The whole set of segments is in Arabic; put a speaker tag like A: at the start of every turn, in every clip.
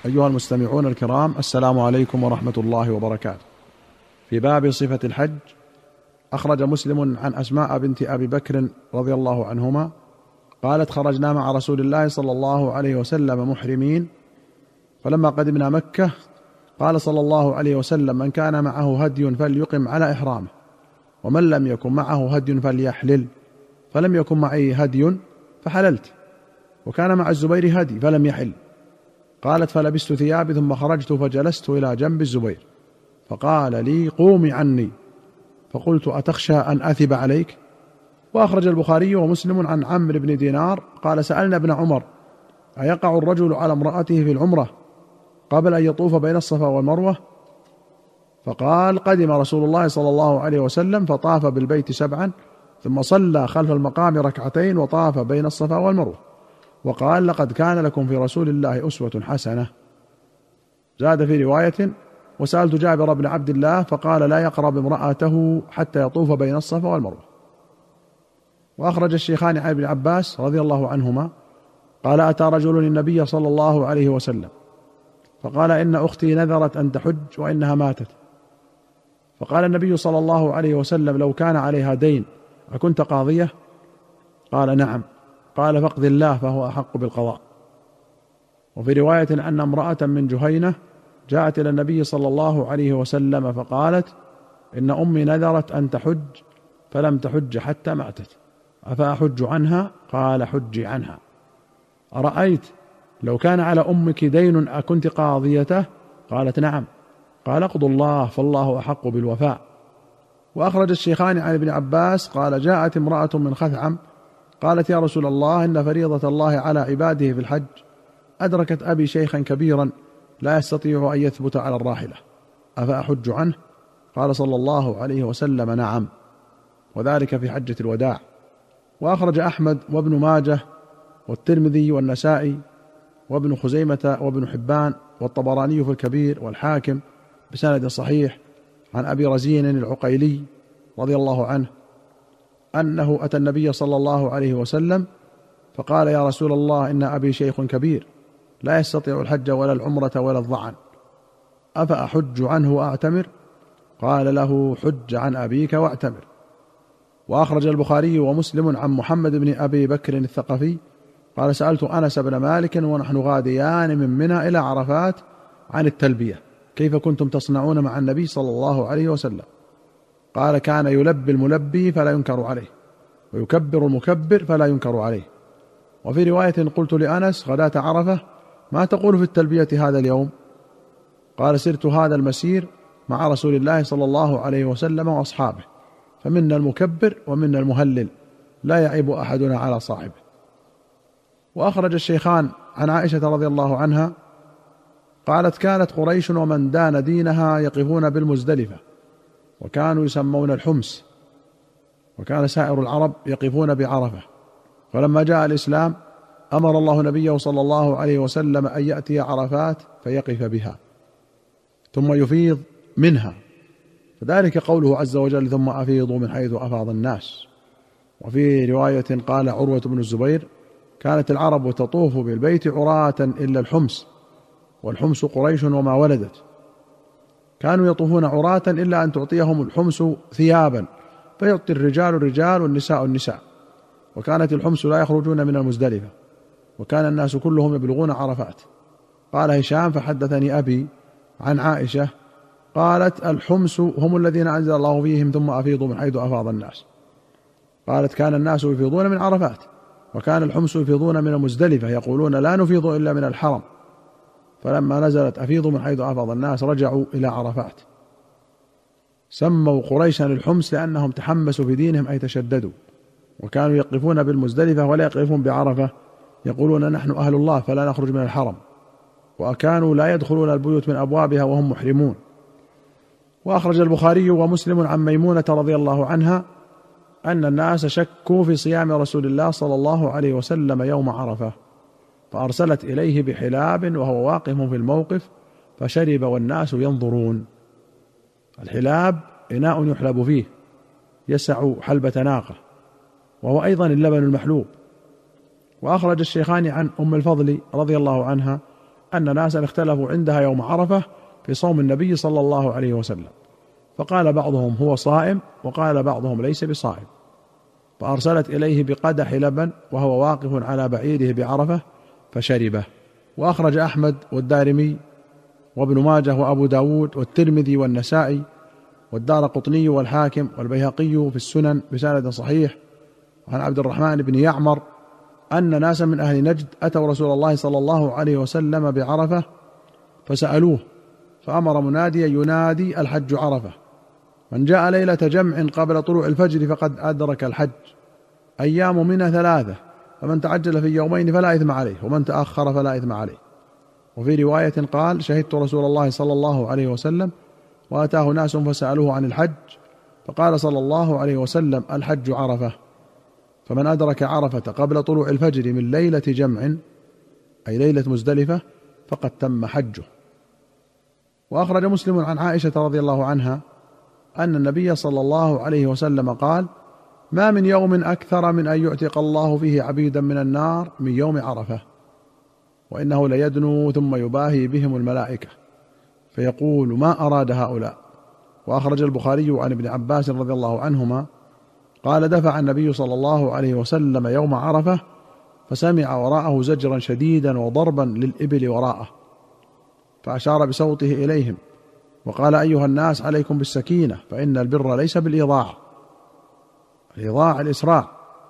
A: أيها المستمعون الكرام، السلام عليكم ورحمة الله وبركاته. في باب صفة الحج، أخرج مسلم عن أسماء بنت أبي بكر رضي الله عنهما قالت: خرجنا مع رسول الله صلى الله عليه وسلم محرمين، فلما قدمنا مكة قال صلى الله عليه وسلم: من كان معه هدي فليقم على إحرامه، ومن لم يكن معه هدي فليحلل، فلم يكن معي هدي فحللت، وكان مع الزبير هدي فلم يحل. قالت: فلبست ثيابي ثم خرجت فجلست إلى جنب الزبير، فقال لي: قومي عني، فقلت: أتخشى أن أثب عليك؟ وأخرج البخاري ومسلم عن عمرو بن دينار قال: سألنا ابن عمر: أيقع الرجل على امرأته في العمرة قبل أن يطوف بين الصفا والمروة؟ فقال: قدم رسول الله صلى الله عليه وسلم فطاف بالبيت 7، ثم صلى خلف المقام 2 وطاف بين الصفا والمروة، وقال: لقد كان لكم في رسول الله أسوة حسنة. زاد في رواية: وسألت جابر بن عبد الله فقال: لا يقرب امرأته حتى يطوف بين الصفا والمروة. وأخرج الشيخان عن ابن عباس رضي الله عنهما قال: أتى رجل النبي صلى الله عليه وسلم فقال: إن أختي نذرت أن تحج وإنها ماتت. فقال النبي صلى الله عليه وسلم: لو كان عليها دين أكنت قاضية؟ قال: نعم. قال: فاقض الله فهو أحق بالقضاء. وفي رواية أن امرأة من جهينة جاءت إلى النبي صلى الله عليه وسلم فقالت: إن أمي نذرت أن تحج فلم تحج حتى ماتت، أفأحج عنها؟ قال: حجي عنها. أرأيت لو كان على أمك دين أكنت قاضيته؟ قالت: نعم. قال: اقضوا الله فالله أحق بالوفاء. وأخرج الشيخان عن ابن عباس قال: جاءت امرأة من خثعم قالت: يا رسول الله، إن فريضة الله على عباده في الحج أدركت أبي شيخا كبيرا لا يستطيع أن يثبت على الراحلة، أفأحج عنه؟ قال صلى الله عليه وسلم: نعم. وذلك في حجة الوداع. وأخرج أحمد وابن ماجه والترمذي والنسائي وابن خزيمة وابن حبان والطبراني في الكبير والحاكم بسند صحيح عن أبي رزين العقيلي رضي الله عنه أنه أتى النبي صلى الله عليه وسلم فقال: يا رسول الله، إن أبي شيخ كبير لا يستطيع الحج ولا العمرة ولا الظعن، أفأحج عنه وأعتمر؟ قال له: حج عن أبيك واعتمر. وأخرج البخاري ومسلم عن محمد بن أبي بكر الثقفي قال: سألت أنس بن مالك ونحن غاديان من منى إلى عرفات عن التلبية، كيف كنتم تصنعون مع النبي صلى الله عليه وسلم؟ قال: كان يلبي الملبي فلا ينكر عليه، ويكبر المكبر فلا ينكر عليه. وفي رواية: قلت لأنس غداة عرفة: ما تقول في التلبية هذا اليوم؟ قال: سرت هذا المسير مع رسول الله صلى الله عليه وسلم وأصحابه، فمنا المكبر ومنا المهلل، لا يعيب أحدنا على صاحبه. وأخرج الشيخان عن عائشة رضي الله عنها قالت: كانت قريش ومن دان دينها يقفون بالمزدلفة، وكانوا يسمون الحمس، وكان سائر العرب يقفون بعرفة. فلما جاء الإسلام أمر الله نبيه صلى الله عليه وسلم أن يأتي عرفات فيقف بها ثم يفيض منها، فذلك قوله عز وجل: ثم أفيضوا من حيث أفاض الناس. وفي رواية قال عروة بن الزبير: كانت العرب تطوف بالبيت عراة إلا الحمس، والحمس قريش وما ولدت، كانوا يطوفون عراة إلا أن تعطيهم الحمس ثيابا فيعطي الرجال الرجال والنساء النساء، وكانت الحمس لا يخرجون من المزدلفة، وكان الناس كلهم يبلغون عرفات. قال هشام: فحدثني أبي عن عائشة قالت: الحمس هم الذين أنزل الله فيهم ثم أفيضوا من حيث أفاض الناس. قالت: كان الناس يفيضون من عرفات، وكان الحمس يفيضون من المزدلفة، يقولون: لا نفيض إلا من الحرم. فلما نزلت أفيضوا من حيث أفاض الناس رجعوا إلى عرفات. سموا قريشا الحمس لأنهم تحمسوا في دينهم أي تشددوا، وكانوا يقفون بالمزدلفة ولا يقفون بعرفة، يقولون: نحن أهل الله فلا نخرج من الحرم، وكانوا لا يدخلون البيوت من أبوابها وهم محرمون. وأخرج البخاري ومسلم عن ميمونة رضي الله عنها أن الناس شكوا في صيام رسول الله صلى الله عليه وسلم يوم عرفة، فأرسلت إليه بحلاب وهو واقف في الموقف فشرب والناس ينظرون. الحلاب إناء يحلب فيه يسع حلبة ناقة، وهو أيضا اللبن المحلوب. وأخرج الشيخان عن أم الفضل رضي الله عنها أن ناسا اختلفوا عندها يوم عرفة في صوم النبي صلى الله عليه وسلم، فقال بعضهم هو صائم، وقال بعضهم ليس بصائم، فأرسلت إليه بقدح لبن وهو واقف على بعيره بعرفة فشربه. وأخرج أحمد والدارمي وابن ماجه وأبو داود والترمذي والنسائي والدارقطني والحاكم والبيهقي في السنن بسند صحيح عن عبد الرحمن بن يعمر أن ناسا من أهل نجد أتوا رسول الله صلى الله عليه وسلم بعرفة فسألوه، فأمر مناديا ينادي الحج عرفة، من جاء ليلة جمع قبل طلوع الفجر فقد أدرك الحج، أيام منى 3، فمن تعجل في يومين فلا إثم عليه، ومن تأخر فلا إثم عليه. وفي رواية قال شهدت رسول الله صلى الله عليه وسلم وأتاه ناس فسألوه عن الحج فقال صلى الله عليه وسلم الحج عرفة، فمن أدرك عرفة قبل طلوع الفجر من ليلة جمع أي ليلة مزدلفة فقد تم حجه. وأخرج مسلم عن عائشة رضي الله عنها أن النبي صلى الله عليه وسلم قال ما من يوم أكثر من أن يعتق الله فيه عبيدا من النار من يوم عرفة، وإنه ليدنو ثم يباهي بهم الملائكة فيقول ما أراد هؤلاء. وأخرج البخاري عن ابن عباس رضي الله عنهما قال دفع النبي صلى الله عليه وسلم يوم عرفة فسمع وراءه زجرا شديدا وضربا للإبل وراءه، فأشار بصوته إليهم وقال أيها الناس عليكم بالسكينة، فإن البر ليس بالإضاعة، الإضاعة الإسراع.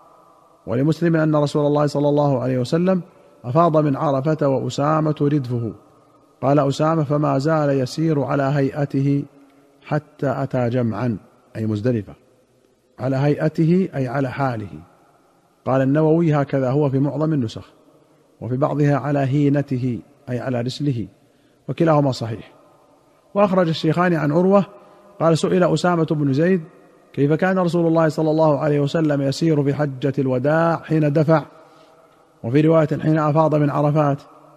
A: ولمسلم أن رسول الله صلى الله عليه وسلم أفاض من عرفة وأسامة ردفه، قال أسامة فما زال يسير على هيئته حتى أتى جمعا أي مزدلفة، على هيئته أي على حاله. قال النووي هكذا هو في معظم النسخ، وفي بعضها على هينته أي على رسله، وكلاهما صحيح. وأخرج الشيخان عن عروة قال سئل أسامة بن زيد كيف كان رسول الله صلى الله عليه وسلم يسير في حجة الوداع حين دفع، وفي رواية حين أفاض من عرفات،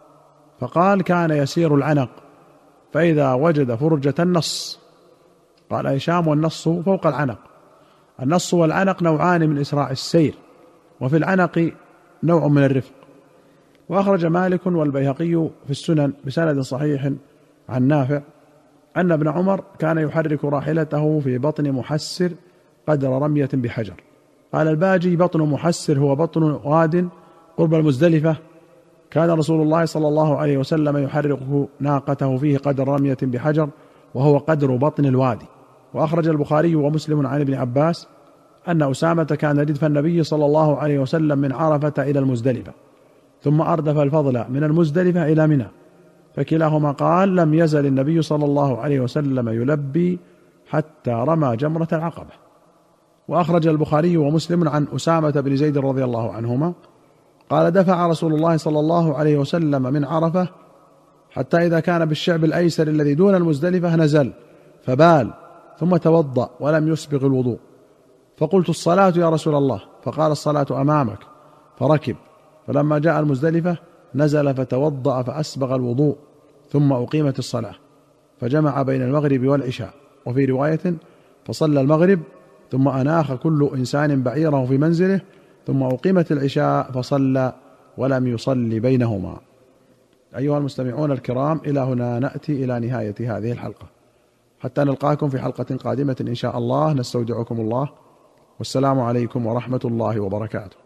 A: فقال كان يسير العنق فإذا وجد فرجة النص، قال هشام والنص فوق العنق. النص والعنق نوعان من إسراع السير، وفي العنق نوع من الرفق. وأخرج مالك والبيهقي في السنن بسند صحيح عن نافع أن ابن عمر كان يحرك راحلته في بطن محسر قدر رمية بحجر. قال الباجي بطن محسر هو بطن واد قرب المزدلفة، كان رسول الله صلى الله عليه وسلم يحرك ناقته فيه قدر رمية بحجر، وهو قدر بطن الوادي. وأخرج البخاري ومسلم عن ابن عباس أن أسامة كان ردف النبي صلى الله عليه وسلم من عرفة إلى المزدلفة، ثم أردف الفضل من المزدلفة إلى منى، فكلاهما قال لم يزل النبي صلى الله عليه وسلم يلبي حتى رمى جمرة العقبة. وأخرج البخاري ومسلم عن أسامة بن زيد رضي الله عنهما قال دفع رسول الله صلى الله عليه وسلم من عرفة حتى إذا كان بالشعب الأيسر الذي دون المزدلفة نزل فبال ثم توضأ ولم يسبغ الوضوء، فقلت الصلاة يا رسول الله، فقال الصلاة أمامك، فركب، فلما جاء المزدلفة نزل فتوضأ فأسبغ الوضوء، ثم أقيمت الصلاة فجمع بين المغرب والعشاء. وفي رواية فصلى المغرب ثم أناخ كل إنسان بعيره في منزله، ثم أقيمت العشاء فصلى ولم يصلي بينهما. أيها المستمعون الكرام، إلى هنا نأتي إلى نهاية هذه الحلقة، حتى نلقاكم في حلقة قادمة إن شاء الله، نستودعكم الله، والسلام عليكم ورحمة الله وبركاته.